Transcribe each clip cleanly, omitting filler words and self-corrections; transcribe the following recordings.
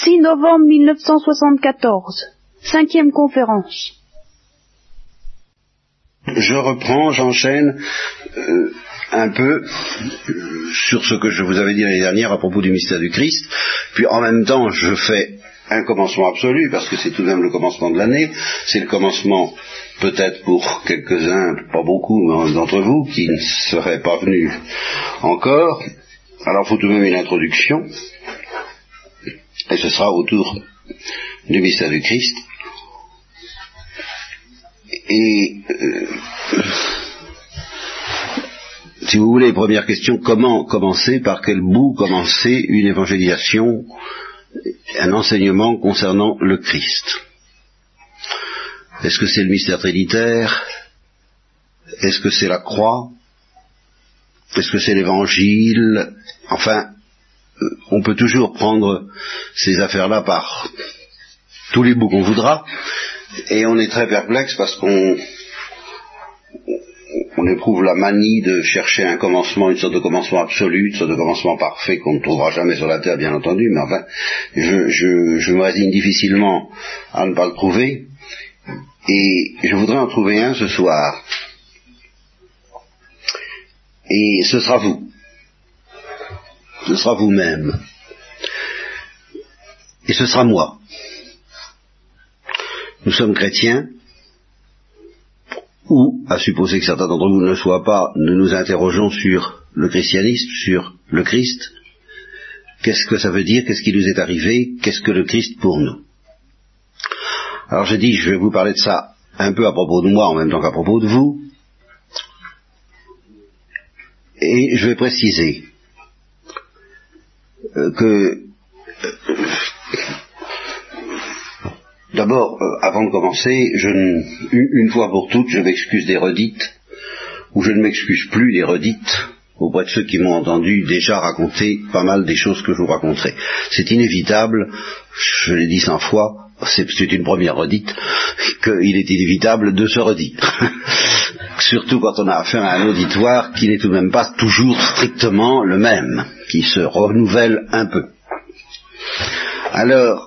6 novembre 1974, 5e conférence. Je reprends, j'enchaîne un peu sur ce que je vous avais dit l'année dernière à propos du mystère du Christ, puis en même temps je fais un commencement absolu, parce que c'est tout de même le commencement de l'année, c'est le commencement peut-être pour quelques-uns, pas beaucoup d'entre vous, qui ne seraient pas venus encore. Alors il faut tout de même une introduction, et ce sera autour du mystère du Christ. Et si vous voulez, première question, comment commencer, par quel bout commencer une évangélisation, un enseignement concernant le Christ? Est-ce que c'est le mystère trinitaire? Est-ce que c'est la croix? Est-ce que c'est l'évangile? Enfin, on peut toujours prendre ces affaires-là par tous les bouts qu'on voudra, et on est très perplexe parce qu'on éprouve la manie de chercher un commencement, une sorte de commencement absolu, une sorte de commencement parfait qu'on ne trouvera jamais sur la terre, bien entendu, mais enfin, je me résigne difficilement à ne pas le trouver, et je voudrais en trouver un ce soir. Et ce sera vous. Ce sera vous-même. Et ce sera moi. Nous sommes chrétiens, ou, à supposer que certains d'entre vous ne le soient pas, nous nous interrogeons sur le christianisme, sur le Christ. Qu'est-ce que ça veut dire? Qu'est-ce qui nous est arrivé? Qu'est-ce que le Christ pour nous? Alors j'ai dit, je vais vous parler de ça un peu à propos de moi en même temps qu'à propos de vous. Et je vais préciser que d'abord, avant de commencer, une fois pour toutes, je m'excuse des redites, ou je ne m'excuse plus des redites auprès de ceux qui m'ont entendu déjà raconter pas mal des choses que je vous raconterai. C'est inévitable, je l'ai dit 100 fois, c'est une première redite, qu'il est inévitable de se redire. Surtout quand on a affaire à un auditoire qui n'est tout de même pas toujours strictement le même, qui se renouvelle un peu. Alors,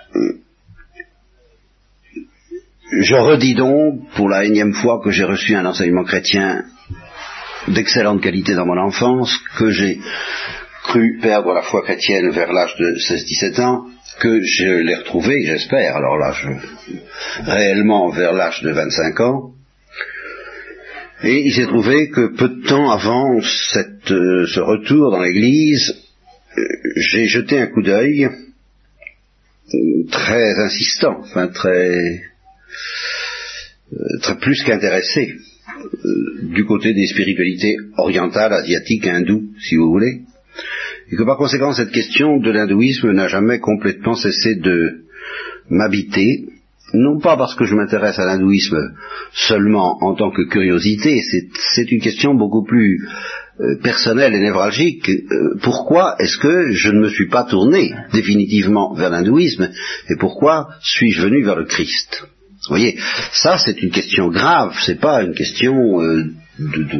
je redis donc, pour la énième fois, que j'ai reçu un enseignement chrétien d'excellente qualité dans mon enfance, que j'ai cru perdre la foi chrétienne vers l'âge de 16-17 ans, que je l'ai retrouvé, j'espère, alors là, réellement vers l'âge de 25 ans, et il s'est trouvé que peu de temps avant ce retour dans l'église, j'ai jeté un coup d'œil très insistant, enfin très plus qu'intéressé du côté des spiritualités orientales, asiatiques, hindoues, si vous voulez, et que par conséquent cette question de l'hindouisme n'a jamais complètement cessé de m'habiter, non pas parce que je m'intéresse à l'hindouisme seulement en tant que curiosité, c'est une question beaucoup plus personnelle et névralgique. Pourquoi est-ce que je ne me suis pas tourné définitivement vers l'hindouisme, et pourquoi suis-je venu vers le Christ? Vous voyez, ça c'est une question grave, c'est pas une question de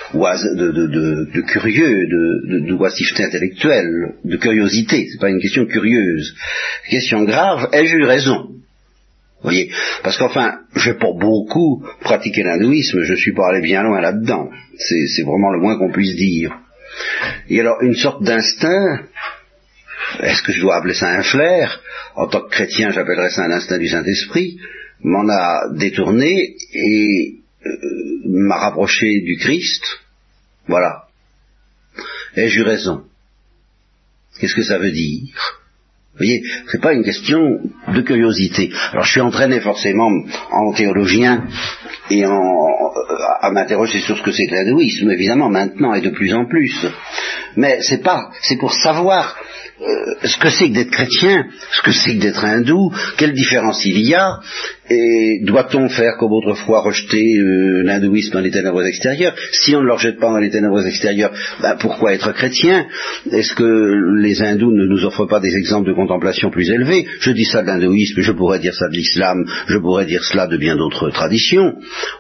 curieux, de oisiveté intellectuelle, de curiosité, c'est pas une question curieuse. Une question grave, ai-je eu raison? Vous voyez, parce qu'enfin, je n'ai pas beaucoup pratiqué l'hindouisme, je suis pas allé bien loin là-dedans, c'est vraiment le moins qu'on puisse dire. Et alors, une sorte d'instinct, est-ce que je dois appeler ça un flair? En tant que chrétien, j'appellerais ça un instinct du Saint-Esprit, m'en a détourné et m'a rapproché du Christ. Voilà. Ai-je eu raison? Qu'est-ce que ça veut dire? Vous voyez, c'est pas une question de curiosité. Alors je suis entraîné forcément en théologien et à m'interroger sur ce que c'est que l'hindouisme, évidemment, maintenant et de plus en plus. Mais c'est pour savoir ce que c'est que d'être chrétien, ce que c'est que d'être hindou, quelle différence il y a, et doit-on faire comme autrefois rejeter l'hindouisme dans les ténèbres extérieures? Si on ne le rejette pas dans les ténèbres extérieures, pourquoi être chrétien? Est-ce que les hindous ne nous offrent pas des exemples de contemplation plus élevés? Je dis ça de l'hindouisme, je pourrais dire ça de l'islam, je pourrais dire cela de bien d'autres traditions.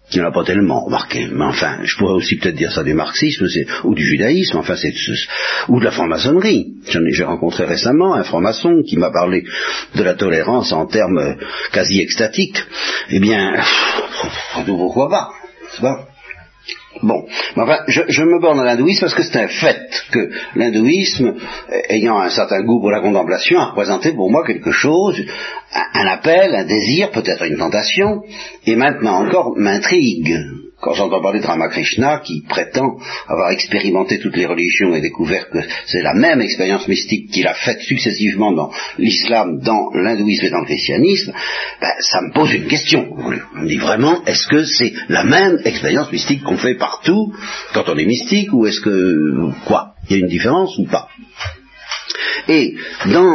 qui n'en a pas tellement remarqué, mais enfin, je pourrais aussi peut-être dire ça du marxisme, ou du judaïsme, enfin, ou de la franc-maçonnerie. J'ai rencontré récemment un franc-maçon qui m'a parlé de la tolérance en termes quasi extatiques. Eh bien, pourquoi pas, c'est pas. Bon, enfin, je me borne à l'hindouisme parce que c'est un fait que l'hindouisme, ayant un certain goût pour la contemplation, a représenté pour moi quelque chose, un appel, un désir, peut-être une tentation, et maintenant encore m'intrigue. Quand j'entends parler de Ramakrishna, qui prétend avoir expérimenté toutes les religions et découvert que c'est la même expérience mystique qu'il a faite successivement dans l'islam, dans l'hindouisme et dans le christianisme, ben, ça me pose une question. On me dit vraiment, est-ce que c'est la même expérience mystique qu'on fait partout quand on est mystique, ou est-ce que, quoi, il y a une différence ou pas? Et dans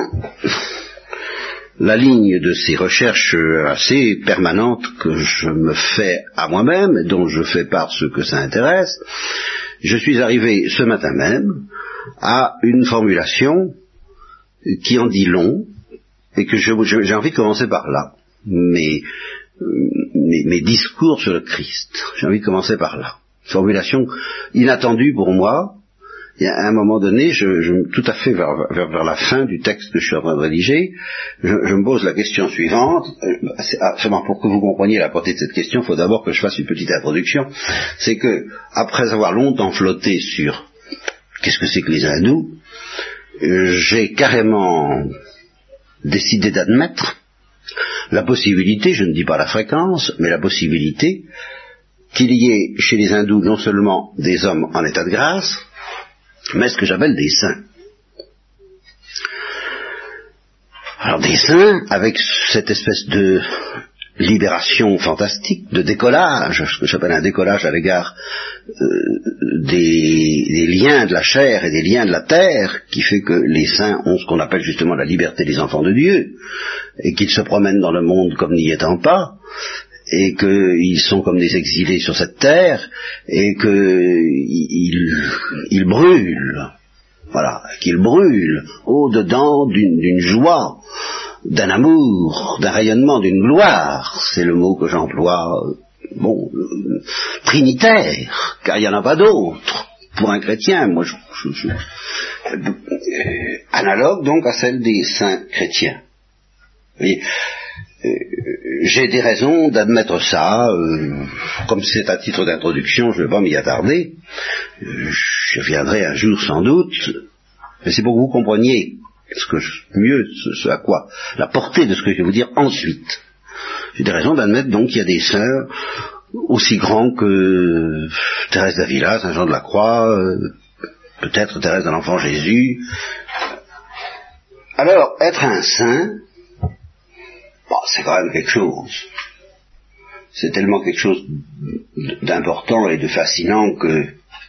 la ligne de ces recherches assez permanentes que je me fais à moi-même, dont je fais part ceux que ça intéresse, je suis arrivé ce matin même à une formulation qui en dit long, et que j'ai envie de commencer par là. Mes discours sur le Christ, j'ai envie de commencer par là. Formulation inattendue pour moi. Et à un moment donné, tout à fait vers la fin du texte que je suis en train de rédiger, je me pose la question suivante. Seulement pour que vous compreniez la portée de cette question, il faut d'abord que je fasse une petite introduction. C'est que, après avoir longtemps flotté sur qu'est-ce que c'est que les hindous, j'ai carrément décidé d'admettre la possibilité, je ne dis pas la fréquence, mais la possibilité qu'il y ait chez les hindous non seulement des hommes en état de grâce, mais ce que j'appelle des saints. Alors des saints, avec cette espèce de libération fantastique, de décollage, ce que j'appelle un décollage à l'égard des liens de la chair et des liens de la terre, qui fait que les saints ont ce qu'on appelle justement la liberté des enfants de Dieu, et qu'ils se promènent dans le monde comme n'y étant pas, et qu'ils sont comme des exilés sur cette terre, et qu'ils brûlent, voilà, qu'ils brûlent au-dedans d'une joie, d'un amour, d'un rayonnement, d'une gloire, c'est le mot que j'emploie, trinitaire, car il n'y en a pas d'autre, pour un chrétien, moi analogue donc à celle des saints chrétiens. Vous voyez, j'ai des raisons d'admettre ça, comme c'est à titre d'introduction, je ne vais pas m'y attarder, je viendrai un jour sans doute, mais c'est pour que vous compreniez ce à quoi, la portée de ce que je vais vous dire ensuite. J'ai des raisons d'admettre donc qu'il y a des saints aussi grands que Thérèse d'Avila, Saint Jean de la Croix, peut-être Thérèse de l'Enfant Jésus. Alors, être un saint, c'est quand même quelque chose. C'est tellement quelque chose d'important et de fascinant que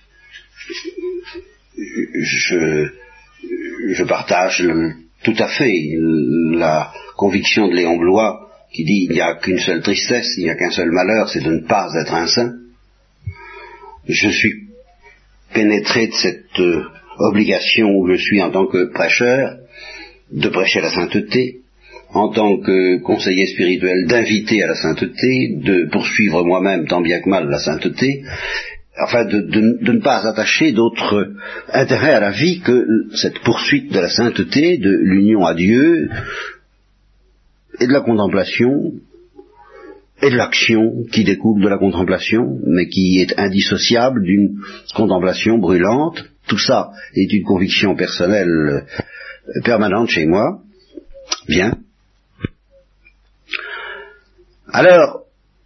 je partage tout à fait la conviction de Léon Bloy qui dit il n'y a qu'une seule tristesse, il n'y a qu'un seul malheur, c'est de ne pas être un saint. Je suis pénétré de cette obligation où je suis en tant que prêcheur de prêcher la sainteté, en tant que conseiller spirituel d'inviter à la sainteté, de poursuivre moi-même tant bien que mal la sainteté, enfin de ne pas attacher d'autre intérêt à la vie que cette poursuite de la sainteté, de l'union à Dieu, et de la contemplation, et de l'action qui découle de la contemplation, mais qui est indissociable d'une contemplation brûlante. Tout ça est une conviction personnelle permanente chez moi. Bien. Alors,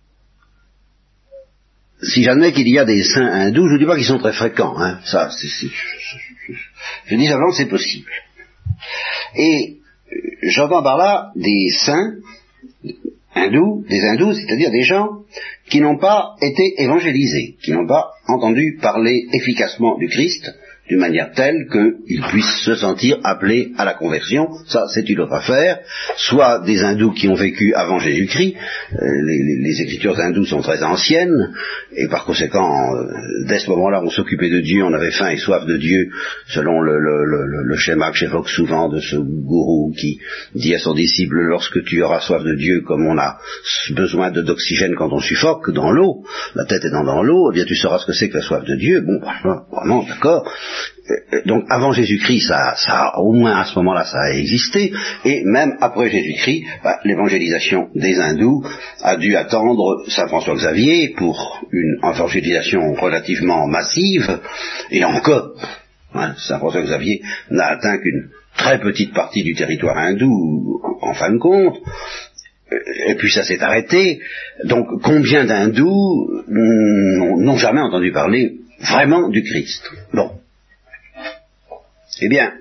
si j'admets qu'il y a des saints hindous, je ne dis pas qu'ils sont très fréquents, ça, je dis simplement que c'est possible. Et j'entends par là des saints hindous, c'est-à-dire des gens qui n'ont pas été évangélisés, qui n'ont pas entendu parler efficacement du Christ d'une manière telle qu'ils puissent se sentir appelés à la conversion. Ça, c'est une autre affaire. Soit des hindous qui ont vécu avant Jésus-Christ, les écritures hindoues sont très anciennes, et par conséquent, dès ce moment-là, on s'occupait de Dieu, on avait faim et soif de Dieu, selon le schéma que j'évoque souvent de ce gourou qui dit à son disciple, lorsque tu auras soif de Dieu, comme on a besoin d'oxygène quand on suffoque dans l'eau, la tête étant dans l'eau, eh bien tu sauras ce que c'est que la soif de Dieu. Bon, vraiment, d'accord. Donc avant Jésus-Christ, ça au moins à ce moment-là, ça a existé, et même après Jésus-Christ, l'évangélisation des hindous a dû attendre Saint François Xavier pour une évangélisation relativement massive, et encore, Saint François Xavier n'a atteint qu'une très petite partie du territoire hindou, en fin de compte, et puis ça s'est arrêté. Donc combien d'hindous n'ont jamais entendu parler vraiment du Christ? Bon. Eh bien,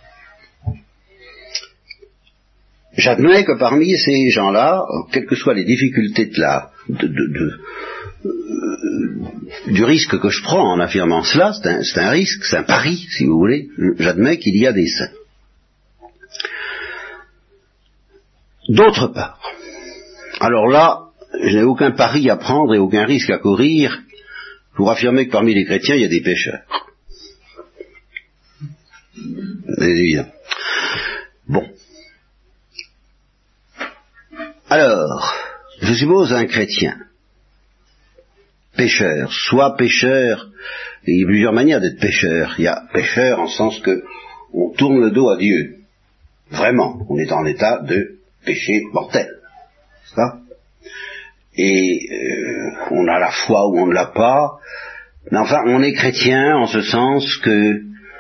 j'admets que parmi ces gens-là, quelles que soient les difficultés du risque que je prends en affirmant cela, c'est un risque, c'est un pari, si vous voulez, j'admets qu'il y a des saints. D'autre part, alors là, je n'ai aucun pari à prendre et aucun risque à courir pour affirmer que parmi les chrétiens, il y a des pécheurs. C'est évident. Bon. Alors, je suppose un chrétien, pécheur, soit pécheur, et il y a plusieurs manières d'être pécheur. Il y a pécheur en sens que on tourne le dos à Dieu. Vraiment, on est en état de péché mortel. C'est ça? Et on a la foi ou on ne l'a pas, mais enfin, on est chrétien en ce sens que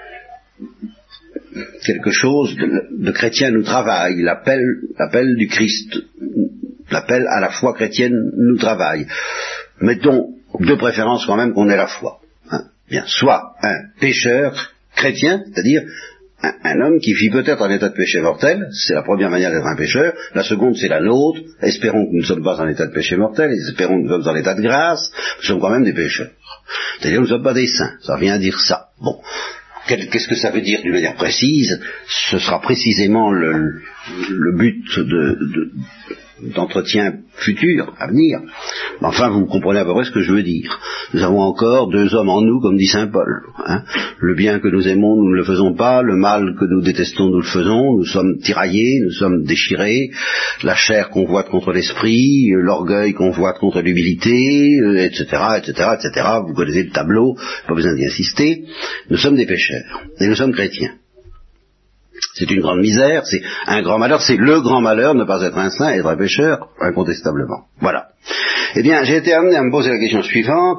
quelque chose de chrétien nous travaille, l'appel du Christ, l'appel à la foi chrétienne nous travaille. Mettons de préférence quand même qu'on ait la foi. Bien, soit un pécheur chrétien, c'est-à-dire un homme qui vit peut-être en état de péché mortel, c'est la première manière d'être un pécheur, la seconde c'est la nôtre, espérons que nous ne sommes pas en état de péché mortel, espérons que nous sommes en état de grâce, nous sommes quand même des pécheurs. C'est-à-dire que nous ne sommes pas des saints, ça vient dire ça. Bon. Qu'est-ce que ça veut dire d'une manière précise? Ce sera précisément le but d'entretien futur, à venir. Enfin, vous comprenez à peu près ce que je veux dire. Nous avons encore deux hommes en nous, comme dit saint Paul. Le bien que nous aimons, nous ne le faisons pas. Le mal que nous détestons, nous le faisons. Nous sommes tiraillés, nous sommes déchirés. La chair convoite contre l'esprit, l'orgueil convoite contre l'humilité, etc., etc., etc. Vous connaissez le tableau, pas besoin d'y insister. Nous sommes des pécheurs, et nous sommes chrétiens. C'est une grande misère, c'est un grand malheur, c'est le grand malheur de ne pas être un saint et être un pécheur, incontestablement. Voilà. Eh bien, j'ai été amené à me poser la question suivante.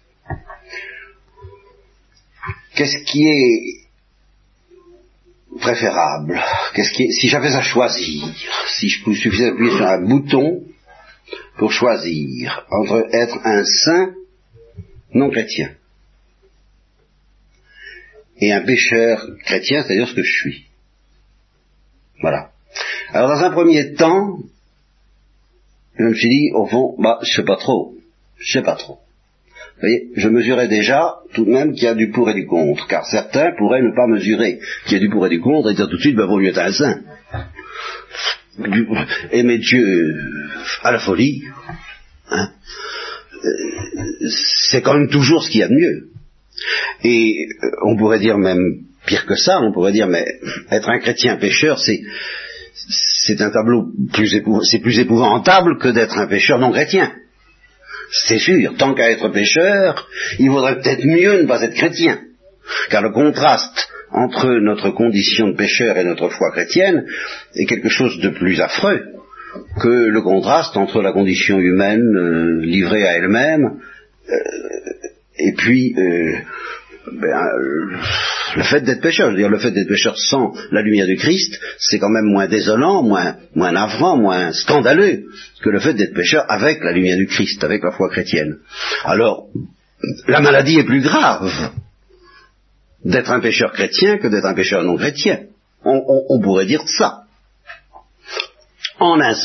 Qu'est-ce qui est préférable? Si j'avais à choisir, si je suffisait d'appuyer sur un bouton pour choisir entre être un saint non chrétien et un pécheur chrétien, c'est-à-dire ce que je suis. Voilà. Alors dans un premier temps, je me suis dit, au fond, je sais pas trop. Vous voyez, je mesurais déjà tout de même qu'il y a du pour et du contre, car certains pourraient ne pas mesurer qu'il y a du pour et du contre et dire tout de suite, vaut mieux être un saint. Aimer Dieu à la folie, c'est quand même toujours ce qu'il y a de mieux. Et on pourrait dire même pire que ça, on pourrait dire, mais être un chrétien pécheur, c'est un tableau c'est plus épouvantable que d'être un pécheur non chrétien. C'est sûr, tant qu'à être pécheur, il vaudrait peut-être mieux ne pas être chrétien. Car le contraste entre notre condition de pécheur et notre foi chrétienne est quelque chose de plus affreux que le contraste entre la condition humaine livrée à elle-même et puis le fait d'être pécheur. Je veux dire, le fait d'être pécheur sans la lumière du Christ, c'est quand même moins désolant, moins navrant, moins scandaleux que le fait d'être pécheur avec la lumière du Christ, avec la foi chrétienne. Alors, la maladie est plus grave d'être un pécheur chrétien que d'être un pécheur non chrétien. On pourrait dire ça. En un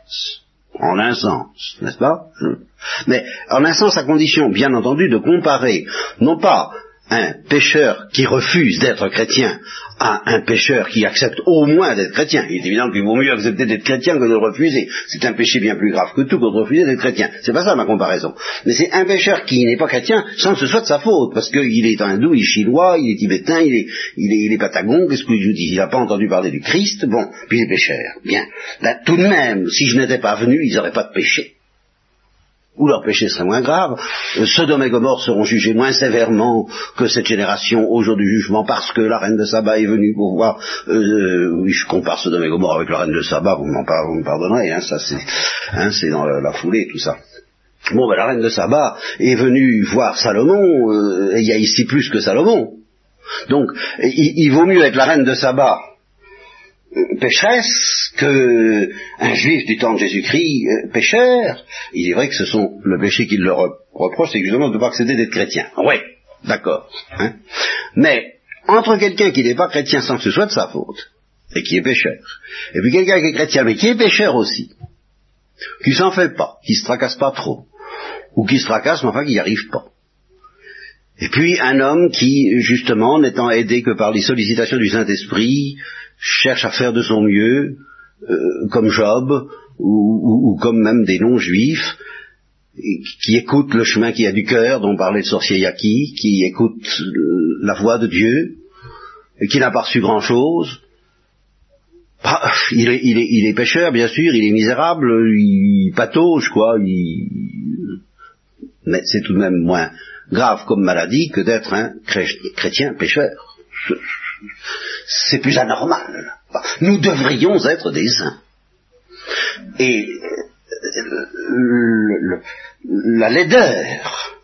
sens, n'est-ce pas? Mais en un sens, à condition, bien entendu, de comparer, non pas un pécheur qui refuse d'être chrétien à un pécheur qui accepte au moins d'être chrétien. Il est évident qu'il vaut mieux accepter d'être chrétien que de le refuser. C'est un péché bien plus grave que tout que de refuser d'être chrétien. C'est pas ça ma comparaison. Mais c'est un pécheur qui n'est pas chrétien sans que ce soit de sa faute, parce qu'il est hindou, il est chinois, il est tibétain, il est patagon, qu'est-ce que je vous dis? Il n'a pas entendu parler du Christ, bon, puis il est pécheur. Bien. Ben, tout de même, si je n'étais pas venu, ils n'auraient pas de péché. Ou leur péché serait moins grave, Sodome et Gomorrhe seront jugés moins sévèrement que cette génération au jour du jugement, parce que la reine de Saba est venue pour voir, oui, je compare Sodome et Gomorrhe avec la reine de Saba, vous me pardonnerez, hein, ça c'est dans la foulée tout ça. Bon, ben la reine de Saba est venue voir Salomon, et il y a ici plus que Salomon. Donc, il vaut mieux être la reine de Saba, pécheresse, que un juif du temps de Jésus-Christ pécheur. Il est vrai que ce sont le péché qu'il leur reproche, c'est justement de ne pas accepter d'être chrétien. Oui, d'accord. Hein. Mais entre quelqu'un qui n'est pas chrétien sans que ce soit de sa faute, et qui est pécheur, et puis quelqu'un qui est chrétien mais qui est pécheur aussi, qui s'en fait pas, qui se tracasse pas trop, ou qui se tracasse mais enfin qui n'y arrive pas. Et puis un homme qui, justement, n'étant aidé que par les sollicitations du Saint-Esprit, cherche à faire de son mieux, comme Job, ou comme même des non-juifs, qui écoutent le chemin qui a du cœur, dont parlait le sorcier Yaki, qui écoutent la voix de Dieu, et qui n'a pas reçu grand-chose. Il est pécheur, bien sûr, il est misérable, il patauge, quoi, mais c'est tout de même moins grave comme maladie que d'être un chrétien pécheur. C'est plus anormal. Nous devrions être des saints. Et la laideur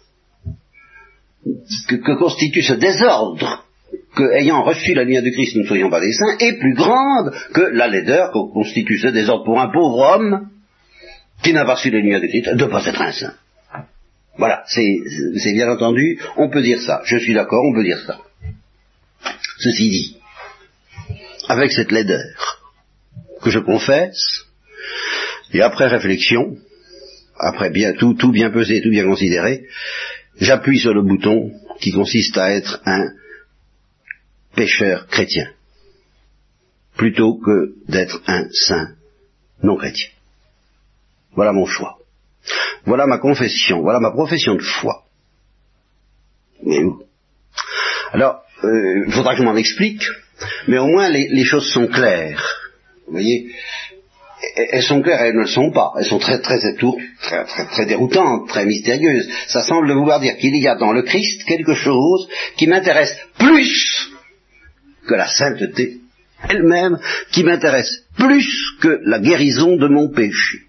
que constitue ce désordre, que, ayant reçu la lumière du Christ, nous ne soyons pas des saints, est plus grande que la laideur que constitue ce désordre pour un pauvre homme qui n'a pas reçu la lumière du Christ, de ne pas être un saint. Voilà, c'est bien entendu, on peut dire ça. Je suis d'accord, on peut dire ça. Ceci dit, avec cette laideur que je confesse, et après réflexion, après bien tout bien pesé, tout bien considéré, j'appuie sur le bouton qui consiste à être un pécheur chrétien, plutôt que d'être un saint non chrétien. Voilà mon choix. Voilà ma confession, voilà ma profession de foi. Mais où? Alors, il faudra que je m'en explique, mais au moins les choses sont claires. Vous voyez, elles sont claires, elles ne le sont pas. Elles sont très déroutantes, très mystérieuses. Ça semble vouloir dire qu'il y a dans le Christ quelque chose qui m'intéresse plus que la sainteté elle-même, qui m'intéresse plus que la guérison de mon péché.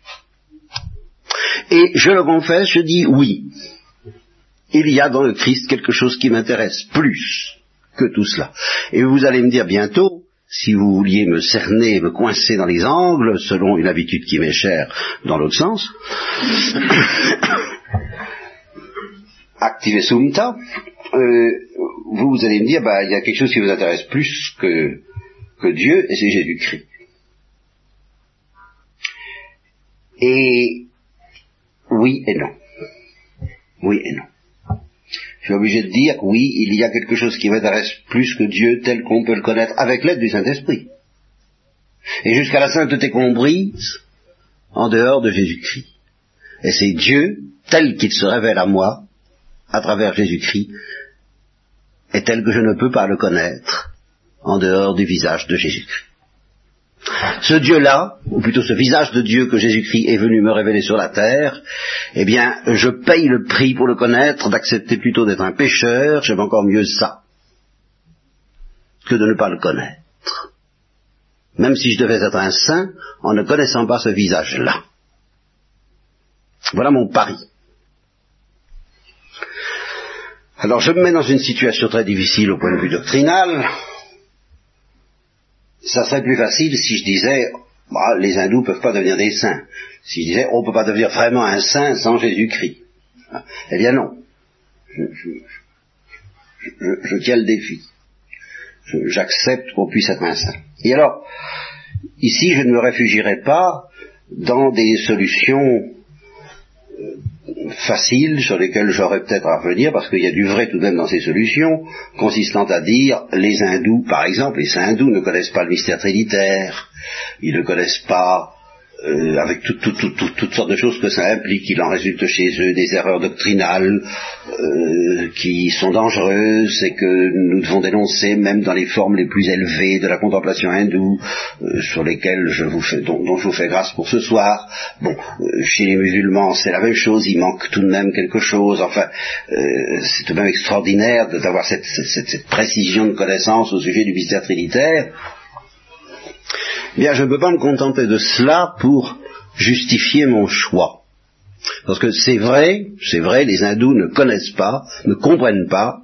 Et je le confesse, je dis oui. Il y a dans le Christ quelque chose qui m'intéresse plus que tout cela. Et vous allez me dire bientôt, si vous vouliez me cerner, me coincer dans les angles, selon une habitude qui m'est chère dans l'autre sens, active sumta, vous allez me dire, il y a quelque chose qui vous intéresse plus que Dieu, et c'est Jésus-Christ. Et oui et non. Oui et non. Je suis obligé de dire, oui, il y a quelque chose qui m'intéresse plus que Dieu tel qu'on peut le connaître avec l'aide du Saint-Esprit. Et jusqu'à la sainteté comprise en dehors de Jésus-Christ. Et c'est Dieu tel qu'il se révèle à moi à travers Jésus-Christ et tel que je ne peux pas le connaître en dehors du visage de Jésus-Christ. Ce Dieu-là, ou plutôt ce visage de Dieu que Jésus-Christ est venu me révéler sur la terre, eh bien, je paye le prix pour le connaître, d'accepter plutôt d'être un pécheur, j'aime encore mieux ça, que de ne pas le connaître. Même si je devais être un saint, en ne connaissant pas ce visage-là. Voilà mon pari. Alors je me mets dans une situation très difficile au point de vue doctrinal. Ça serait plus facile si je disais, les hindous ne peuvent pas devenir des saints. Si je disais, on ne peut pas devenir vraiment un saint sans Jésus-Christ. Eh bien non. Je tiens le défi. J'accepte qu'on puisse être un saint. Et alors, ici, je ne me réfugierai pas dans des solutions faciles sur lesquels j'aurais peut-être à revenir, parce qu'il y a du vrai tout de même dans ces solutions, consistant à dire, les hindous, par exemple, les saints hindous ne connaissent pas le mystère trinitaire, ils ne connaissent pas, avec toutes sortes de choses que ça implique, il en résulte chez eux des erreurs doctrinales qui sont dangereuses et que nous devons dénoncer même dans les formes les plus élevées de la contemplation hindoue, sur lesquelles dont je vous fais grâce pour ce soir. Bon, chez les musulmans c'est la même chose, il manque tout de même quelque chose, enfin c'est tout de même extraordinaire d'avoir cette précision de connaissance au sujet du mystère trinitaire. Bien, je ne peux pas me contenter de cela pour justifier mon choix. Parce que c'est vrai, les hindous ne connaissent pas, ne comprennent pas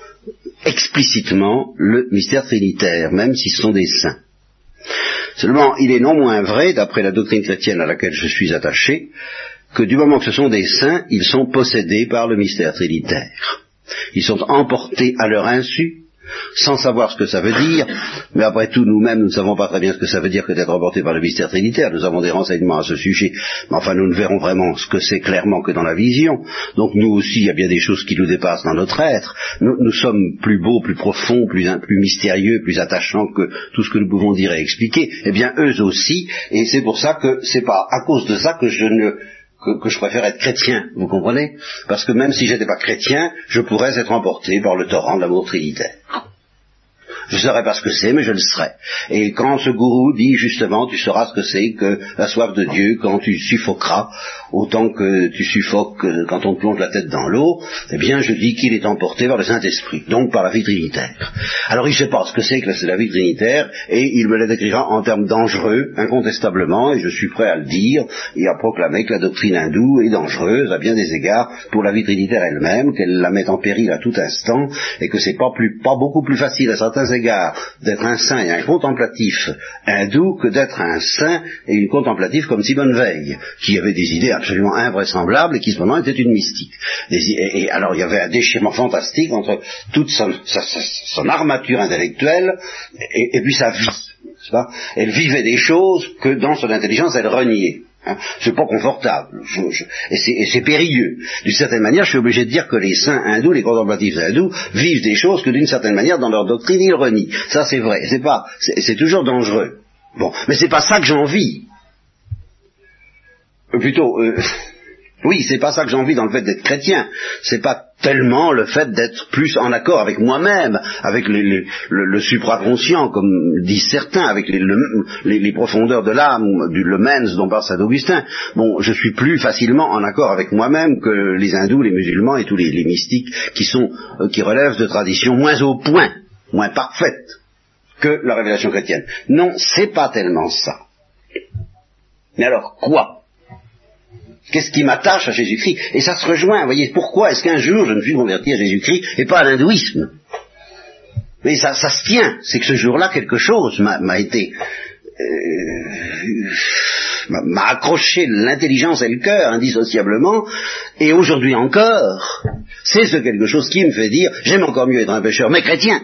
explicitement le mystère trinitaire, même s'ils sont des saints. Seulement, il est non moins vrai, d'après la doctrine chrétienne à laquelle je suis attaché, que du moment que ce sont des saints, ils sont possédés par le mystère trinitaire. Ils sont emportés à leur insu, sans savoir ce que ça veut dire, mais après tout, nous-mêmes, nous ne savons pas très bien ce que ça veut dire que d'être emporté par le mystère trinitaire. Nous avons des renseignements à ce sujet, mais enfin, nous ne verrons vraiment ce que c'est clairement que dans la vision. Donc, nous aussi, il y a bien des choses qui nous dépassent dans notre être. Nous sommes plus beaux, plus profonds, plus mystérieux, plus attachants que tout ce que nous pouvons dire et expliquer. Eh bien, eux aussi, et c'est pour ça que c'est pas à cause de ça que je préfère être chrétien, vous comprenez? Parce que même si j'étais pas chrétien, je pourrais être emporté par le torrent de l'amour trinitaire. Je ne saurais pas ce que c'est, mais je le serais. Et quand ce gourou dit justement, tu sauras ce que c'est que la soif de Dieu quand tu suffoqueras, autant que tu suffoques quand on te plonge la tête dans l'eau, eh bien je dis qu'il est emporté par le Saint-Esprit, donc par la vie trinitaire. Alors il ne sait pas ce que c'est que la vie trinitaire, et il me la décrira en termes dangereux, incontestablement, et je suis prêt à le dire, et à proclamer que la doctrine hindoue est dangereuse à bien des égards pour la vie trinitaire elle-même, qu'elle la met en péril à tout instant, et que c'est pas beaucoup plus facile à certains égards d'être un saint et un contemplatif hindou que d'être un saint et une contemplative comme Simone Veil, qui avait des idées absolument invraisemblables et qui cependant était une mystique. Et alors il y avait un déchirement fantastique entre toute son armature intellectuelle et puis sa vie. Elle vivait des choses que dans son intelligence elle reniait. C'est pas confortable, et c'est périlleux. D'une certaine manière, je suis obligé de dire que les saints hindous, les contemplatifs hindous, vivent des choses que d'une certaine manière, dans leur doctrine, ils renient. Ça, c'est vrai. C'est toujours dangereux. Bon, mais c'est pas ça que j'envie. Plutôt, oui, c'est pas ça que j'envie dans le fait d'être chrétien. C'est pas tellement le fait d'être plus en accord avec moi-même, avec le supraconscient, comme disent certains, avec les profondeurs de l'âme, le mens dont parle saint Augustin. Bon, je suis plus facilement en accord avec moi-même que les hindous, les musulmans et tous les mystiques qui relèvent de traditions moins au point, moins parfaites que la révélation chrétienne. Non, c'est pas tellement ça. Mais alors, quoi? Qu'est-ce qui m'attache à Jésus-Christ? Et ça se rejoint, vous voyez, pourquoi est-ce qu'un jour je me suis converti à Jésus-Christ et pas à l'hindouisme? Mais ça se tient, c'est que ce jour-là quelque chose m'a accroché l'intelligence et le cœur indissociablement, et aujourd'hui encore, c'est ce quelque chose qui me fait dire, j'aime encore mieux être un pécheur, mais chrétien,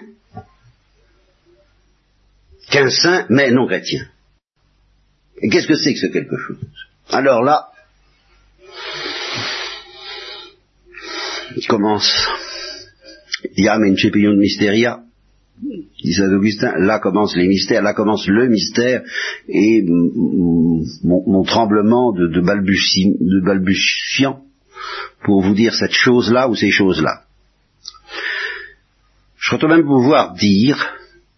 qu'un saint, mais non chrétien. Et qu'est-ce que c'est que ce quelque chose? Alors là, il commence Iam incepiunt mysteria, dit saint Augustin, là commencent les mystères, là commence le mystère, et mon tremblement de balbutiant pour vous dire cette chose-là ou ces choses-là. Je crois tout de même pouvoir dire,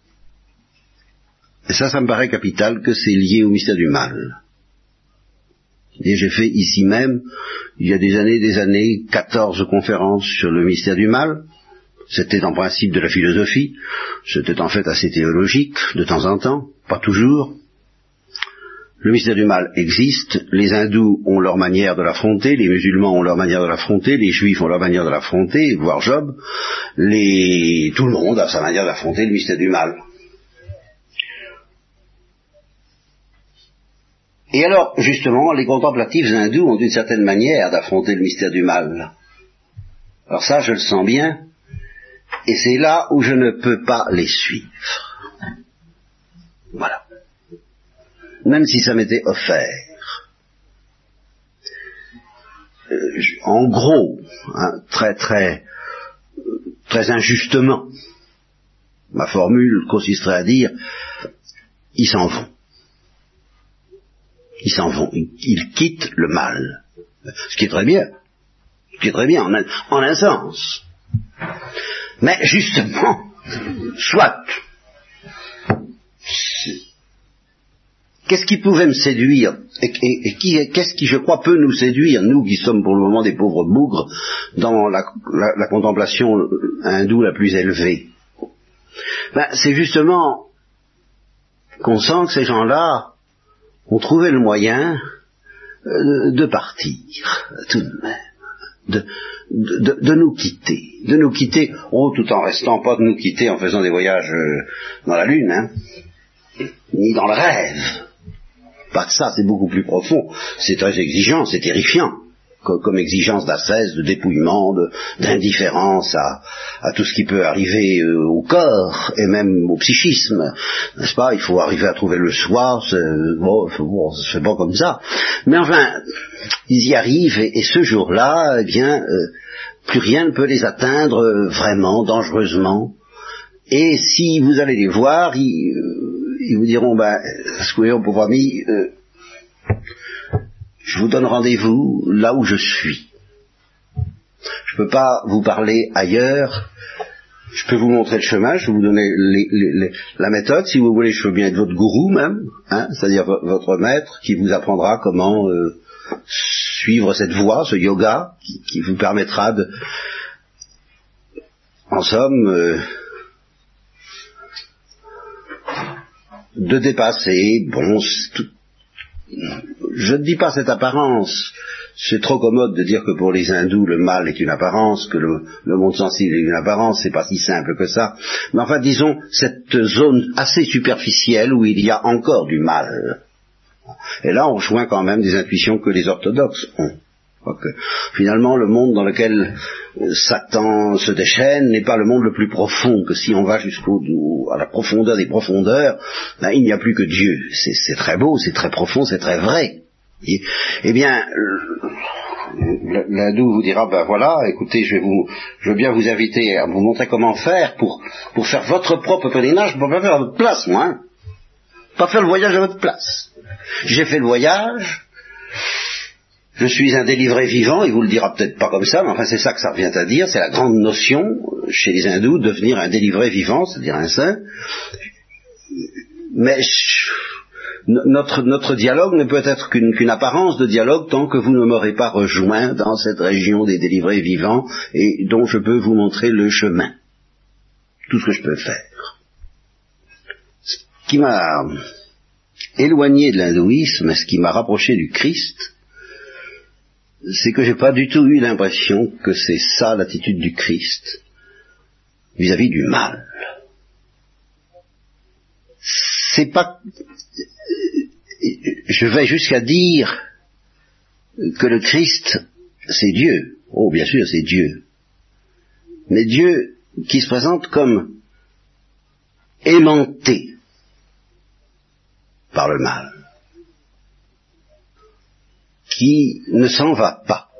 et ça me paraît capital, que c'est lié au mystère du mal. Et j'ai fait ici même, il y a des années, 14 conférences sur le mystère du mal. C'était en principe de la philosophie, c'était en fait assez théologique, de temps en temps, pas toujours. Le mystère du mal existe, les hindous ont leur manière de l'affronter, les musulmans ont leur manière de l'affronter, les juifs ont leur manière de l'affronter, voire Job, tout le monde a sa manière d'affronter le mystère du mal. Et alors, justement, les contemplatifs hindous ont une certaine manière d'affronter le mystère du mal. Alors ça, je le sens bien, et c'est là où je ne peux pas les suivre. Voilà. Même si ça m'était offert. en gros, hein, très injustement, ma formule consisterait à dire, ils s'en vont. Ils s'en vont, ils quittent le mal. Ce qui est très bien. Ce qui est très bien, en un sens. Mais justement, soit, qu'est-ce qui pouvait me séduire et qu'est-ce qui, je crois, peut nous séduire, nous qui sommes pour le moment des pauvres bougres, dans la contemplation hindoue la plus élevée? C'est justement qu'on sent que ces gens-là ont trouvé le moyen de partir, tout de même, de nous quitter, tout en restant pas de nous quitter en faisant des voyages dans la lune, hein, ni dans le rêve. Pas de ça, c'est beaucoup plus profond, c'est très exigeant, c'est terrifiant, comme exigence d'ascèse, de dépouillement, d'indifférence à tout ce qui peut arriver au corps et même au psychisme, n'est-ce pas? Il faut arriver à trouver le soi, c'est pas comme ça. Mais enfin, ils y arrivent et ce jour-là, eh bien, plus rien ne peut les atteindre vraiment, dangereusement. Et si vous allez les voir, ils vous diront, pauvre ami, je vous donne rendez-vous là où je suis. Je ne peux pas vous parler ailleurs. Je peux vous montrer le chemin, je peux vous donner la méthode. Si vous voulez, je peux bien être votre gourou même, hein, c'est-à-dire votre maître qui vous apprendra comment suivre cette voie, ce yoga, qui vous permettra en somme, de dépasser, je ne dis pas cette apparence, c'est trop commode de dire que pour les hindous le mal est une apparence, que le monde sensible est une apparence, c'est pas si simple que ça, mais enfin disons cette zone assez superficielle où il y a encore du mal. Et là on rejoint quand même des intuitions que les orthodoxes ont. Que, finalement le monde dans lequel Satan se déchaîne n'est pas le monde le plus profond, que si on va à la profondeur des profondeurs, il n'y a plus que Dieu. C'est très beau, c'est très profond, c'est très vrai. Eh bien, l'hindou vous dira, voilà, écoutez, je veux bien vous inviter à vous montrer comment faire pour faire votre propre pèlerinage, pour pas faire à votre place, moi, hein. Pas faire le voyage à votre place. J'ai fait le voyage, je suis un délivré vivant, il vous le dira peut-être pas comme ça, mais enfin c'est ça que ça revient à dire, c'est la grande notion chez les hindous, de devenir un délivré vivant, c'est-à-dire un saint. Mais notre dialogue ne peut être qu'une apparence de dialogue tant que vous ne m'aurez pas rejoint dans cette région des délivrés vivants et dont je peux vous montrer le chemin. Tout ce que je peux faire. Ce qui m'a éloigné de l'hindouisme, ce qui m'a rapproché du Christ, c'est que j'ai pas du tout eu l'impression que c'est ça l'attitude du Christ vis-à-vis du mal. C'est pas... Je vais jusqu'à dire que le Christ, c'est Dieu. Oh, bien sûr, c'est Dieu. Mais Dieu qui se présente comme aimanté par le mal, qui ne s'en va pas.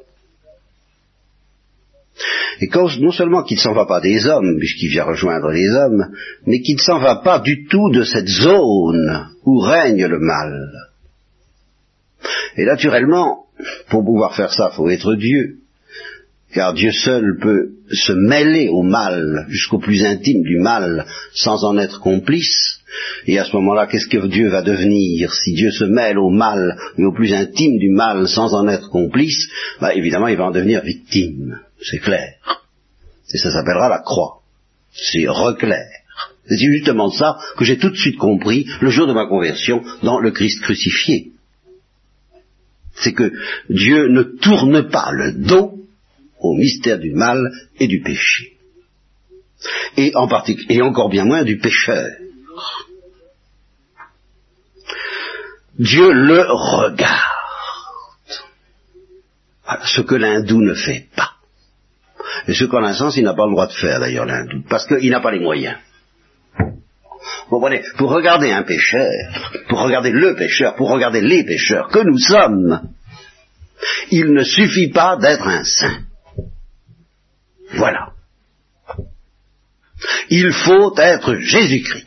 Et non seulement qu'il ne s'en va pas des hommes, puisqu'il vient rejoindre les hommes, mais qu'il ne s'en va pas du tout de cette zone où règne le mal. Et naturellement, pour pouvoir faire ça, il faut être Dieu, car Dieu seul peut se mêler au mal, jusqu'au plus intime du mal, sans en être complice. Et à ce moment-là, qu'est-ce que Dieu va devenir si Dieu se mêle au mal, mais au plus intime du mal, sans en être complice? Évidemment, il va en devenir victime, c'est clair. Et ça s'appellera la croix. C'est reclair. C'est justement ça que j'ai tout de suite compris le jour de ma conversion dans le Christ crucifié. C'est que Dieu ne tourne pas le dos au mystère du mal et du péché. Et en particulier, et encore bien moins du pécheur. Dieu le regarde. Voilà, ce que l'hindou ne fait pas. Et ce qu'en un sens, il n'a pas le droit de faire d'ailleurs, l'hindou, parce qu'il n'a pas les moyens. Vous comprenez, pour regarder un pécheur, pour regarder le pécheur, pour regarder les pécheurs que nous sommes, Il ne suffit pas d'être un saint. Voilà. Il faut être Jésus-Christ.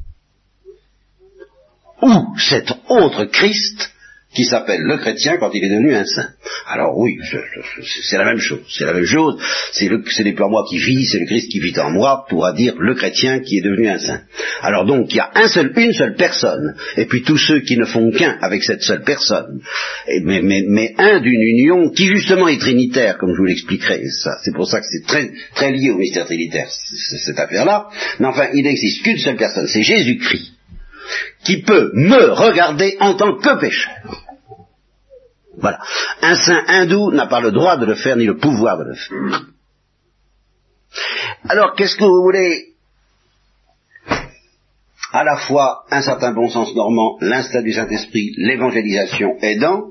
Ou cet autre Christ qui s'appelle le chrétien quand il est devenu un saint. Alors oui, c'est la même chose. C'est la même chose. C'est n'est pas moi qui vis, c'est le Christ qui vit en moi, pourra dire le chrétien qui est devenu un saint. Alors donc il y a une seule personne, et puis tous ceux qui ne font qu'un avec cette seule personne, mais un d'une union qui justement est trinitaire, comme je vous l'expliquerai. C'est pour ça que c'est très, très lié au mystère trinitaire, cette affaire-là. Mais enfin, il n'existe qu'une seule personne, c'est Jésus-Christ, qui peut me regarder en tant que pécheur. Voilà. Un saint hindou n'a pas le droit de le faire, ni le pouvoir de le faire. Alors, qu'est-ce que vous voulez? À la fois un certain bon sens normand, l'instinct du Saint-Esprit, l'évangélisation aidant,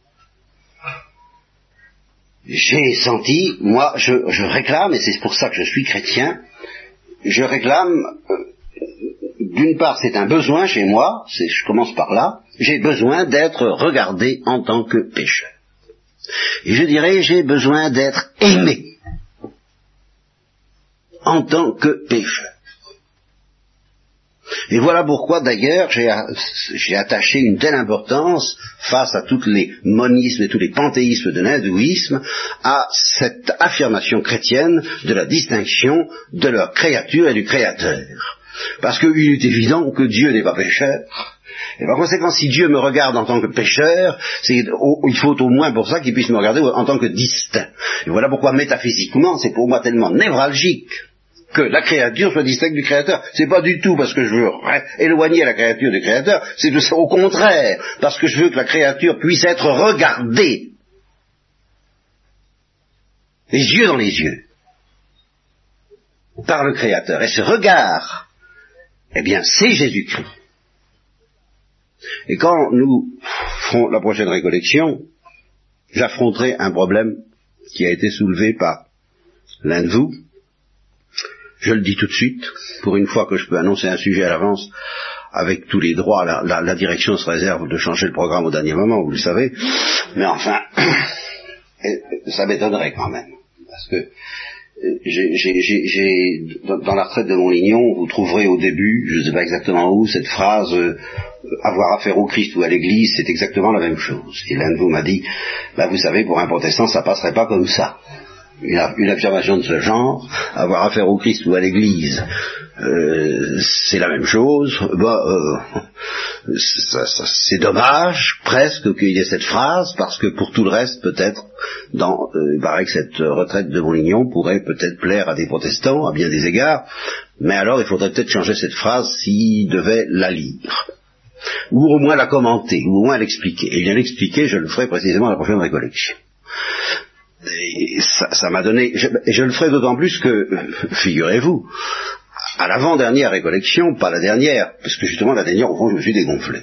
j'ai senti, moi, je réclame, et c'est pour ça que je suis chrétien, je réclame... d'une part, c'est un besoin chez moi, je commence par là, j'ai besoin d'être regardé en tant que pécheur. Et je dirais, j'ai besoin d'être aimé en tant que pécheur. Et voilà pourquoi, d'ailleurs, j'ai attaché une telle importance, face à tous les monismes et tous les panthéismes de l'hindouisme, à cette affirmation chrétienne de la distinction de leur créature et du Créateur. Parce qu'il est évident que Dieu n'est pas pécheur. Et par conséquent, si Dieu me regarde en tant que pécheur, il faut au moins pour ça qu'il puisse me regarder en tant que distinct. Et voilà pourquoi, métaphysiquement, c'est pour moi tellement névralgique que la créature soit distincte du Créateur. C'est pas du tout parce que je veux éloigner la créature du Créateur, c'est au contraire, parce que je veux que la créature puisse être regardée les yeux dans les yeux par le Créateur. Et ce regard, eh bien, c'est Jésus-Christ. Et quand nous ferons la prochaine récollection, j'affronterai un problème qui a été soulevé par l'un de vous. Je le dis tout de suite, pour une fois que je peux annoncer un sujet à l'avance, avec tous les droits, la direction se réserve de changer le programme au dernier moment, vous le savez, mais enfin, ça m'étonnerait quand même, parce que dans la retraite de Montlignon, vous trouverez au début, je ne sais pas exactement où, cette phrase avoir affaire au Christ ou à l'Église, c'est exactement la même chose. Et l'un de vous m'a dit, vous savez, pour un protestant, ça passerait pas comme ça. Une affirmation de ce genre, avoir affaire au Christ ou à l'Église, c'est la même chose. C'est dommage, presque, qu'il y ait cette phrase, parce que pour tout le reste, peut-être, il paraît que cette retraite de Montlignon pourrait peut-être plaire à des protestants, à bien des égards, mais alors il faudrait peut-être changer cette phrase s'ils devaient la lire. Ou au moins la commenter, ou au moins l'expliquer. Et bien l'expliquer, je le ferai précisément à la prochaine récollection. Et ça m'a donné, et je le ferai d'autant plus que, figurez-vous, à l'avant-dernière récollection, pas la dernière, parce que justement la dernière, au fond, je me suis dégonflé.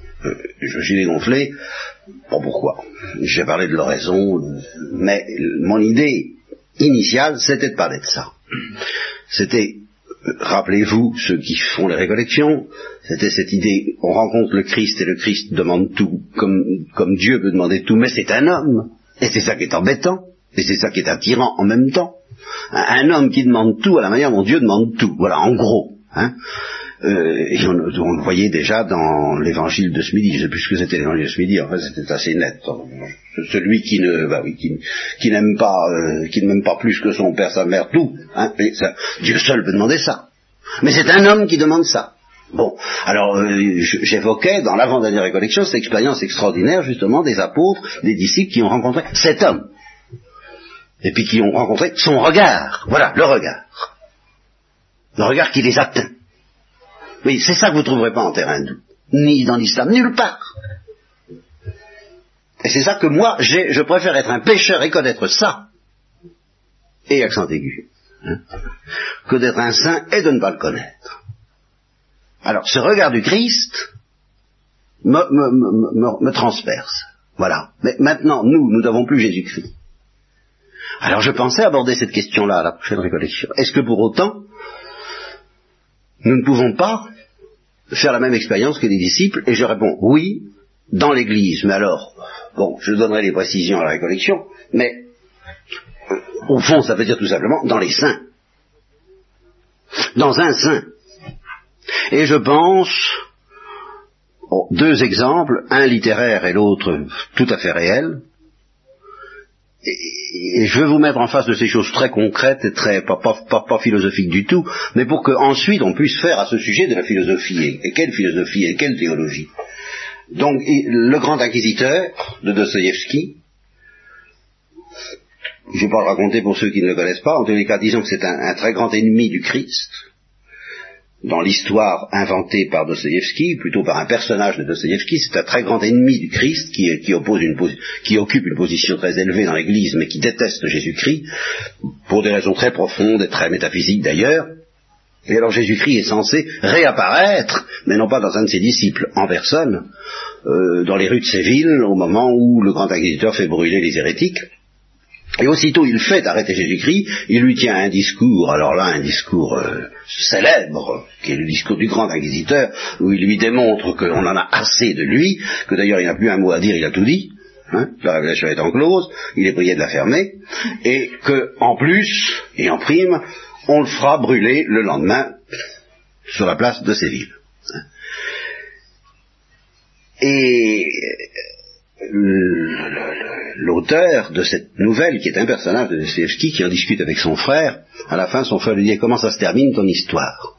Bon, pourquoi? J'ai parlé de l'oraison, mais mon idée initiale, c'était de parler de ça. C'était, rappelez-vous, ceux qui font les récollections, c'était cette idée, on rencontre le Christ et le Christ demande tout, comme Dieu peut demander tout, mais c'est un homme. Et c'est ça qui est embêtant, et c'est ça qui est attirant en même temps. Un homme qui demande tout à la manière dont Dieu demande tout. Voilà, en gros. Et on le voyait déjà dans l'évangile de ce midi. Je ne sais plus ce que c'était l'évangile de ce midi, en fait c'était assez net. Celui qui n'aime pas plus que son père, sa mère, tout. Dieu seul peut demander ça. Mais c'est un homme qui demande ça. Bon, alors j'évoquais dans l'avant-dernière récollection cette expérience extraordinaire justement des apôtres, des disciples qui ont rencontré cet homme, et puis qui ont rencontré son regard, voilà, le regard qui les atteint. Oui, c'est ça que vous ne trouverez pas en terre hindoue, ni dans l'islam, nulle part. Et c'est ça que moi, je préfère être un pécheur et connaître ça, et accent aigu, que d'être un saint et de ne pas le connaître. Alors, ce regard du Christ me transperce. Voilà. Mais maintenant, nous n'avons plus Jésus-Christ. Alors, je pensais aborder cette question-là à la prochaine récollection. Est-ce que pour autant, nous ne pouvons pas faire la même expérience que les disciples? Et je réponds oui, dans l'Église, mais alors, bon, je donnerai les précisions à la récollection, mais au fond, ça veut dire tout simplement dans les saints. Dans un saint. Et je pense, deux exemples, un littéraire et l'autre tout à fait réel, et je veux vous mettre en face de ces choses très concrètes et très pas philosophiques du tout, mais pour qu'ensuite on puisse faire à ce sujet de la philosophie. Et quelle philosophie et quelle théologie. Donc, le grand inquisiteur de Dostoïevski, je ne vais pas le raconter pour ceux qui ne le connaissent pas, en tous les cas, disons que c'est un très grand ennemi du Christ, dans l'histoire inventée par Dostoïevski, plutôt par un personnage de Dostoïevski, c'est un très grand ennemi du Christ qui occupe une position très élevée dans l'Église, mais qui déteste Jésus-Christ, pour des raisons très profondes et très métaphysiques d'ailleurs. Et alors Jésus-Christ est censé réapparaître, mais non pas dans un de ses disciples, en personne, dans les rues de Séville, au moment où le grand inquisiteur fait brûler les hérétiques. Et aussitôt il fait arrêter Jésus-Christ, il lui tient un discours, alors là un discours célèbre, qui est le discours du grand inquisiteur, où il lui démontre qu'on en a assez de lui, que d'ailleurs il n'a plus un mot à dire, il a tout dit, la révélation étant close, il est prié de la fermer, et que en plus, et en prime, on le fera brûler le lendemain sur la place de Séville. Et l'auteur de cette nouvelle, qui est un personnage de Dostoïevski, qui en discute avec son frère, à la fin son frère lui dit: comment ça se termine ton histoire?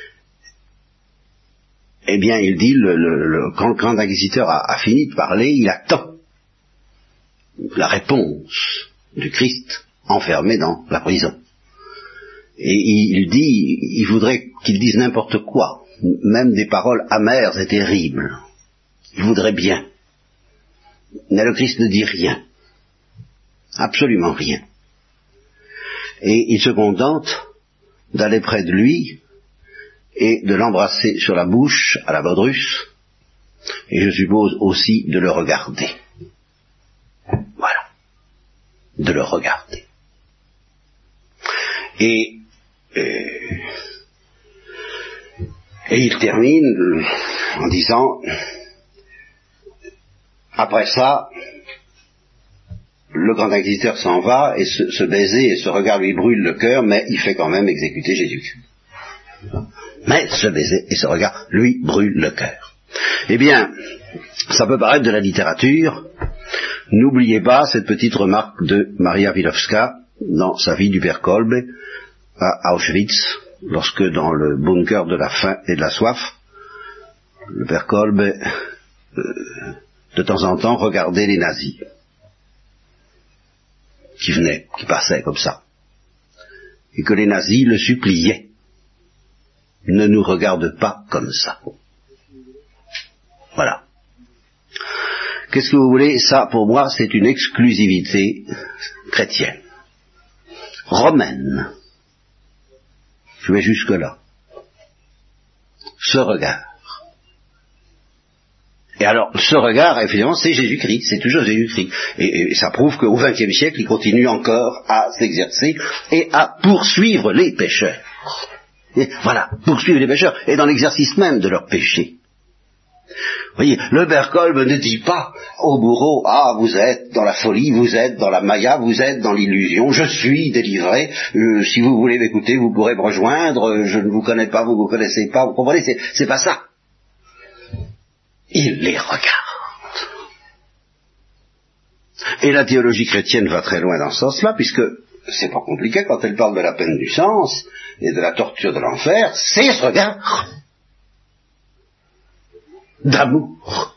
Eh bien il dit, quand le grand inquisiteur a fini de parler, il attend la réponse du Christ enfermé dans la prison. Et il dit, il voudrait qu'il dise n'importe quoi, même des paroles amères et terribles. Il voudrait bien. Mais le Christ ne dit rien. Absolument rien. Et il se contente d'aller près de lui et de l'embrasser sur la bouche à la baudrusse, et je suppose aussi de le regarder. Voilà. De le regarder. Et il termine en disant: après ça, le grand inquisiteur s'en va, et ce baiser et ce regard lui brûle le cœur, mais il fait quand même exécuter Jésus-Christ. Mais ce baiser et ce regard lui brûlent le cœur. Eh bien, ça peut paraître de la littérature. N'oubliez pas cette petite remarque de Maria Wilowska dans sa vie du père Kolbe à Auschwitz, lorsque dans le bunker de la faim et de la soif, le père Kolbe de temps en temps regardait les nazis qui venaient, qui passaient comme ça, et que les nazis le suppliaient: ne nous regarde pas comme ça. Voilà. Qu'est-ce que vous voulez? Ça, pour moi, c'est une exclusivité chrétienne, romaine. Je vais jusque-là. Ce regard. Et alors, ce regard, évidemment, c'est Jésus-Christ, c'est toujours Jésus-Christ. Et ça prouve qu'au XXe siècle, il continue encore à s'exercer et à poursuivre les pécheurs. Et voilà, poursuivre les pécheurs, et dans l'exercice même de leur péché. Vous voyez, le père Kolbe ne dit pas au bourreau: ah, vous êtes dans la folie, vous êtes dans la maya, vous êtes dans l'illusion, je suis délivré, si vous voulez m'écouter, vous pourrez me rejoindre, je ne vous connais pas, vous ne me connaissez pas, vous comprenez, c'est pas ça. Il les regarde. Et la théologie chrétienne va très loin dans ce sens-là, puisque c'est pas compliqué quand elle parle de la peine du sens et de la torture de l'enfer, c'est ce regard d'amour.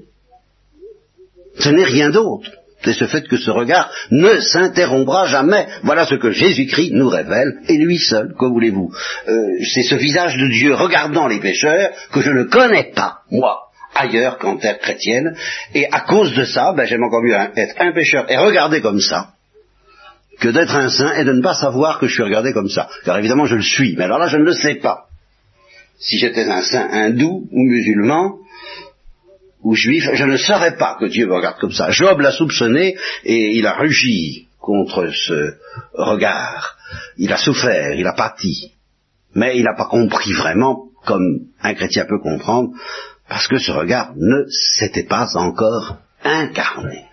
Ce n'est rien d'autre. C'est ce fait que ce regard ne s'interrompra jamais. Voilà ce que Jésus-Christ nous révèle, et lui seul, que voulez-vous. C'est ce visage de Dieu regardant les pécheurs que je ne connais pas, moi, ailleurs qu'en terre chrétienne, et à cause de ça, j'aime encore mieux être un pécheur et regarder comme ça, que d'être un saint et de ne pas savoir que je suis regardé comme ça. Car évidemment je le suis, mais alors là je ne le sais pas. Si j'étais un saint hindou ou musulman ou juif, je ne saurais pas que Dieu me regarde comme ça. Job l'a soupçonné et il a rugi contre ce regard. Il a souffert, il a pâti, mais il n'a pas compris vraiment, comme un chrétien peut comprendre, Parce que ce regard ne s'était pas encore incarné.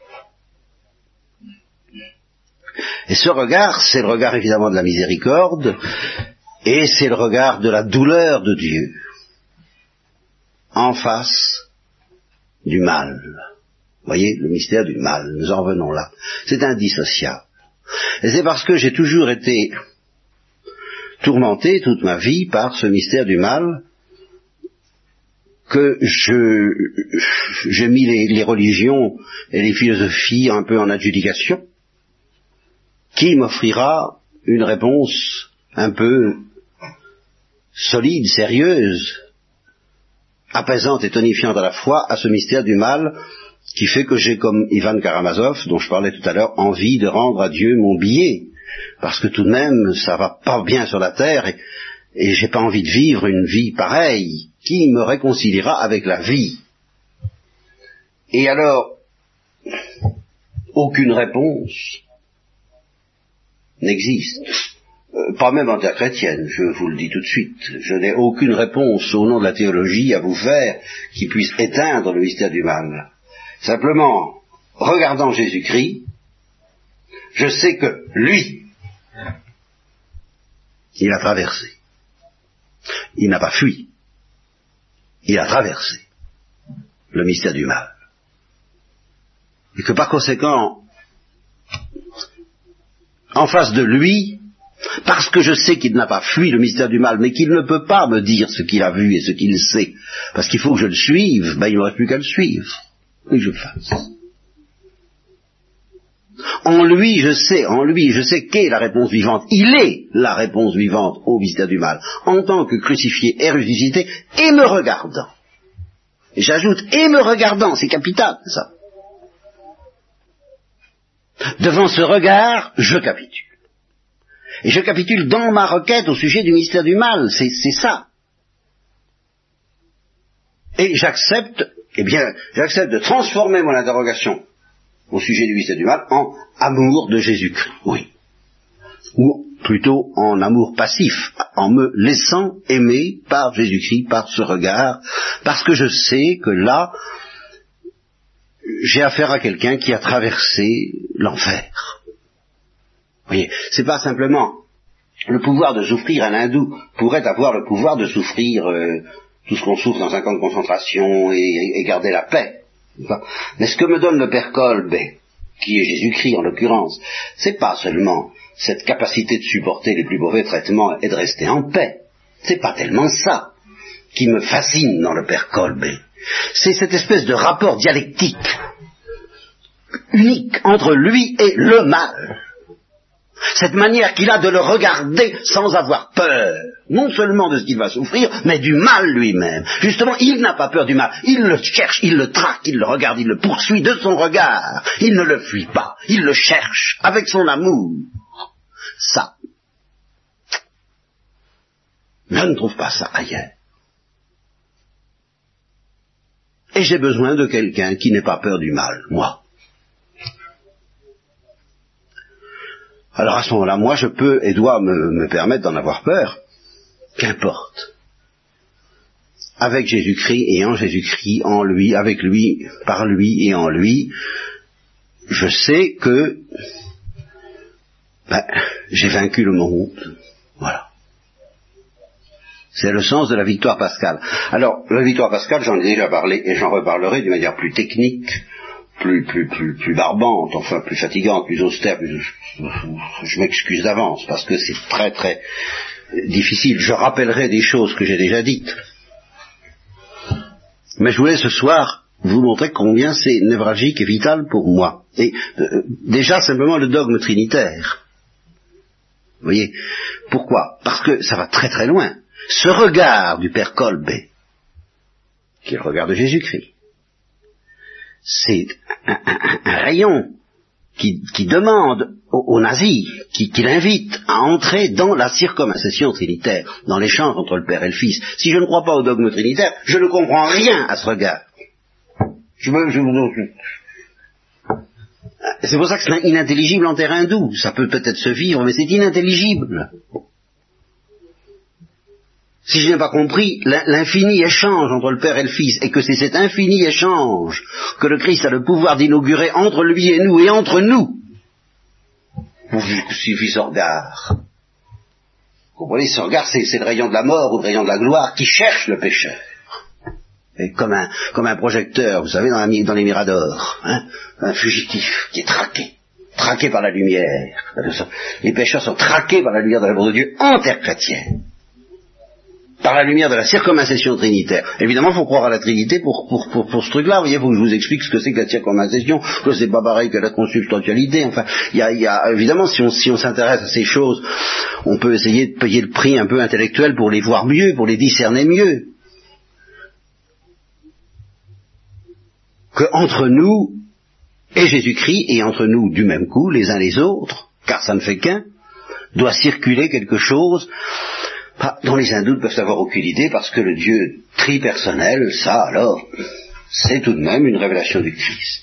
Et ce regard, c'est le regard évidemment de la miséricorde, et c'est le regard de la douleur de Dieu, en face du mal. Vous voyez, le mystère du mal, nous en revenons là. C'est indissociable. Et c'est parce que j'ai toujours été tourmenté toute ma vie par ce mystère du mal que j'ai mis les religions et les philosophies un peu en adjudication, qui m'offrira une réponse un peu solide, sérieuse, apaisante et tonifiante à la fois à ce mystère du mal qui fait que j'ai, comme Ivan Karamazov, dont je parlais tout à l'heure, envie de rendre à Dieu mon billet, parce que tout de même ça va pas bien sur la terre et j'ai pas envie de vivre une vie pareille qui me réconciliera avec la vie. Et alors, aucune réponse n'existe, pas même en terre chrétienne, je vous le dis tout de suite. Je n'ai aucune réponse au nom de la théologie à vous faire qui puisse éteindre le mystère du mal. Simplement, regardant Jésus-Christ, je sais que lui, il a traversé. Il n'a pas fui. Il a traversé le mystère du mal. Et que par conséquent, en face de lui, parce que je sais qu'il n'a pas fui le mystère du mal, mais qu'il ne peut pas me dire ce qu'il a vu et ce qu'il sait, parce qu'il faut que je le suive, ben il ne me reste plus qu'à le suivre, et que je le fasse. En lui, je sais qu'est la réponse vivante. Il est la réponse vivante au mystère du mal, en tant que crucifié et ressuscité, et me regardant. Et j'ajoute, et me regardant, c'est capital, ça. Devant ce regard, je capitule. Et je capitule dans ma requête au sujet du mystère du mal, c'est ça. Et j'accepte de transformer mon interrogation au sujet du mystère du mal en amour de Jésus-Christ, oui. Ou plutôt en amour passif, en me laissant aimer par Jésus-Christ, par ce regard, parce que je sais que là, j'ai affaire à quelqu'un qui a traversé l'enfer. Vous voyez, c'est pas simplement le pouvoir de souffrir. Un hindou pourrait avoir le pouvoir de souffrir tout ce qu'on souffre dans un camp de concentration et garder la paix. Mais ce que me donne le Père Kolbe, qui est Jésus-Christ en l'occurrence, c'est pas seulement cette capacité de supporter les plus mauvais traitements et de rester en paix. C'est pas tellement ça qui me fascine dans le Père Kolbe. C'est cette espèce de rapport dialectique unique entre lui et le mal. Cette manière qu'il a de le regarder sans avoir peur, non seulement de ce qu'il va souffrir, mais du mal lui-même. Justement, il n'a pas peur du mal. Il le cherche, il le traque, il le regarde, il le poursuit de son regard. Il ne le fuit pas, il le cherche avec son amour. Ça, je ne trouve pas ça ailleurs. Et j'ai besoin de quelqu'un qui n'ait pas peur du mal, moi. Alors à ce moment-là, moi je peux et dois me permettre d'en avoir peur, qu'importe. Avec Jésus-Christ et en Jésus-Christ, en lui, avec lui, par lui et en lui, je sais que j'ai vaincu le monde. Voilà. C'est le sens de la victoire pascale. Alors, la victoire pascale, j'en ai déjà parlé et j'en reparlerai d'une manière plus technique, plus barbante, enfin plus fatigante, plus austère, je m'excuse d'avance parce que c'est très très difficile. Je rappellerai des choses que j'ai déjà dites. Mais je voulais ce soir vous montrer combien c'est névralgique et vital pour moi. Et déjà simplement le dogme trinitaire. Vous voyez, pourquoi? Parce que ça va très très loin. Ce regard du Père Kolbe, qui est le regard de Jésus-Christ, c'est un rayon qui demande aux nazis, qui l'invite à entrer dans la circoncision trinitaire, dans l'échange entre le Père et le Fils. Si je ne crois pas au dogme trinitaire, je ne comprends rien à ce regard. C'est pour ça que c'est inintelligible en terre hindoue. Ça peut peut-être se vivre, mais c'est inintelligible. si je n'ai pas compris l'infini échange entre le Père et le Fils, et que c'est cet infini échange que le Christ a le pouvoir d'inaugurer entre lui et nous, et entre nous, il suffit ce regard. Vous comprenez, ce regard, c'est le rayon de la mort ou le rayon de la gloire qui cherche le pécheur. Et comme un projecteur, vous savez, dans les miradors, hein, un fugitif qui est traqué par la lumière. Les pécheurs sont traqués par la lumière de l'amour de Dieu en terre chrétienne, par la lumière de la circoncision trinitaire. Évidemment, il faut croire à la Trinité pour ce truc-là. Vous voyez, il faut que je vous explique ce que c'est que la circoncision, que c'est pas pareil que la consubstantialité. Enfin, il y a évidemment, si on s'intéresse à ces choses, on peut essayer de payer le prix un peu intellectuel pour les voir mieux, pour les discerner mieux. Que entre nous et Jésus-Christ, et entre nous du même coup, les uns les autres, car ça ne fait qu'un, doit circuler quelque chose dont les hindous ne peuvent avoir aucune idée, parce que le Dieu tripersonnel, ça alors, c'est tout de même une révélation du Christ.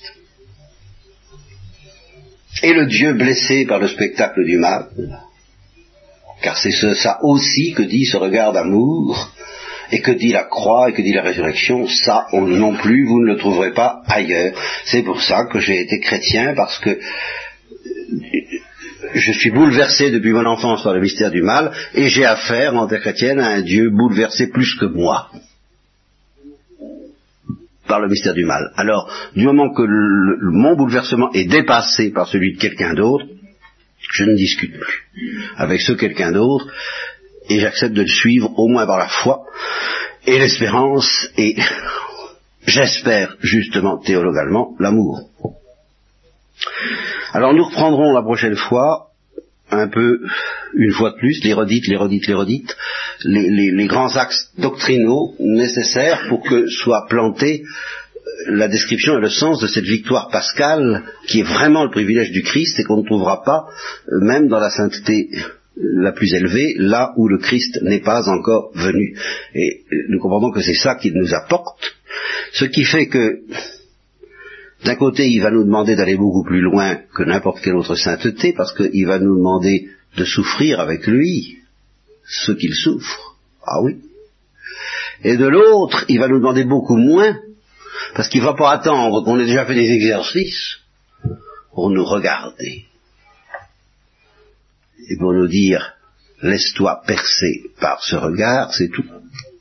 Et le Dieu blessé par le spectacle du mal, car c'est ça aussi que dit ce regard d'amour, et que dit la croix, et que dit la résurrection, ça non plus, vous ne le trouverez pas ailleurs. C'est pour ça que j'ai été chrétien, parce que je suis bouleversé depuis mon enfance par le mystère du mal, et j'ai affaire, en terre chrétienne, à un Dieu bouleversé plus que moi par le mystère du mal. Alors, du moment que mon bouleversement est dépassé par celui de quelqu'un d'autre, je ne discute plus avec ce quelqu'un d'autre, et j'accepte de le suivre au moins par la foi et l'espérance, et j'espère justement théologalement l'amour. Alors nous reprendrons la prochaine fois un peu, une fois de plus, les grands axes doctrinaux nécessaires pour que soit plantée la description et le sens de cette victoire pascale qui est vraiment le privilège du Christ et qu'on ne trouvera pas même dans la sainteté la plus élevée, là où le Christ n'est pas encore venu. Et nous comprenons que c'est ça qu'il nous apporte, ce qui fait que d'un côté, il va nous demander d'aller beaucoup plus loin que n'importe quelle autre sainteté, parce qu'il va nous demander de souffrir avec lui ce qu'il souffre. Ah oui. Et de l'autre, il va nous demander beaucoup moins, parce qu'il ne va pas attendre qu'on ait déjà fait des exercices pour nous regarder et pour nous dire « laisse-toi percer par ce regard, c'est tout ».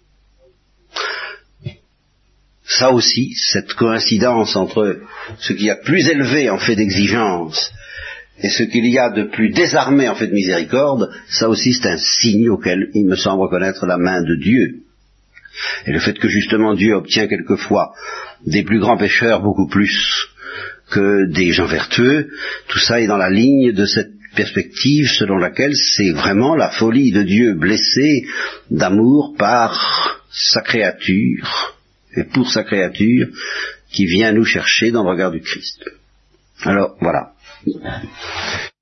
Ça aussi, cette coïncidence entre ce qu'il y a de plus élevé en fait d'exigence et ce qu'il y a de plus désarmé en fait de miséricorde, ça aussi c'est un signe auquel il me semble reconnaître la main de Dieu. Et le fait que justement Dieu obtient quelquefois des plus grands pécheurs beaucoup plus que des gens vertueux, tout ça est dans la ligne de cette perspective selon laquelle c'est vraiment la folie de Dieu blessé d'amour par sa créature, et pour sa créature, qui vient nous chercher dans le regard du Christ. Alors, voilà.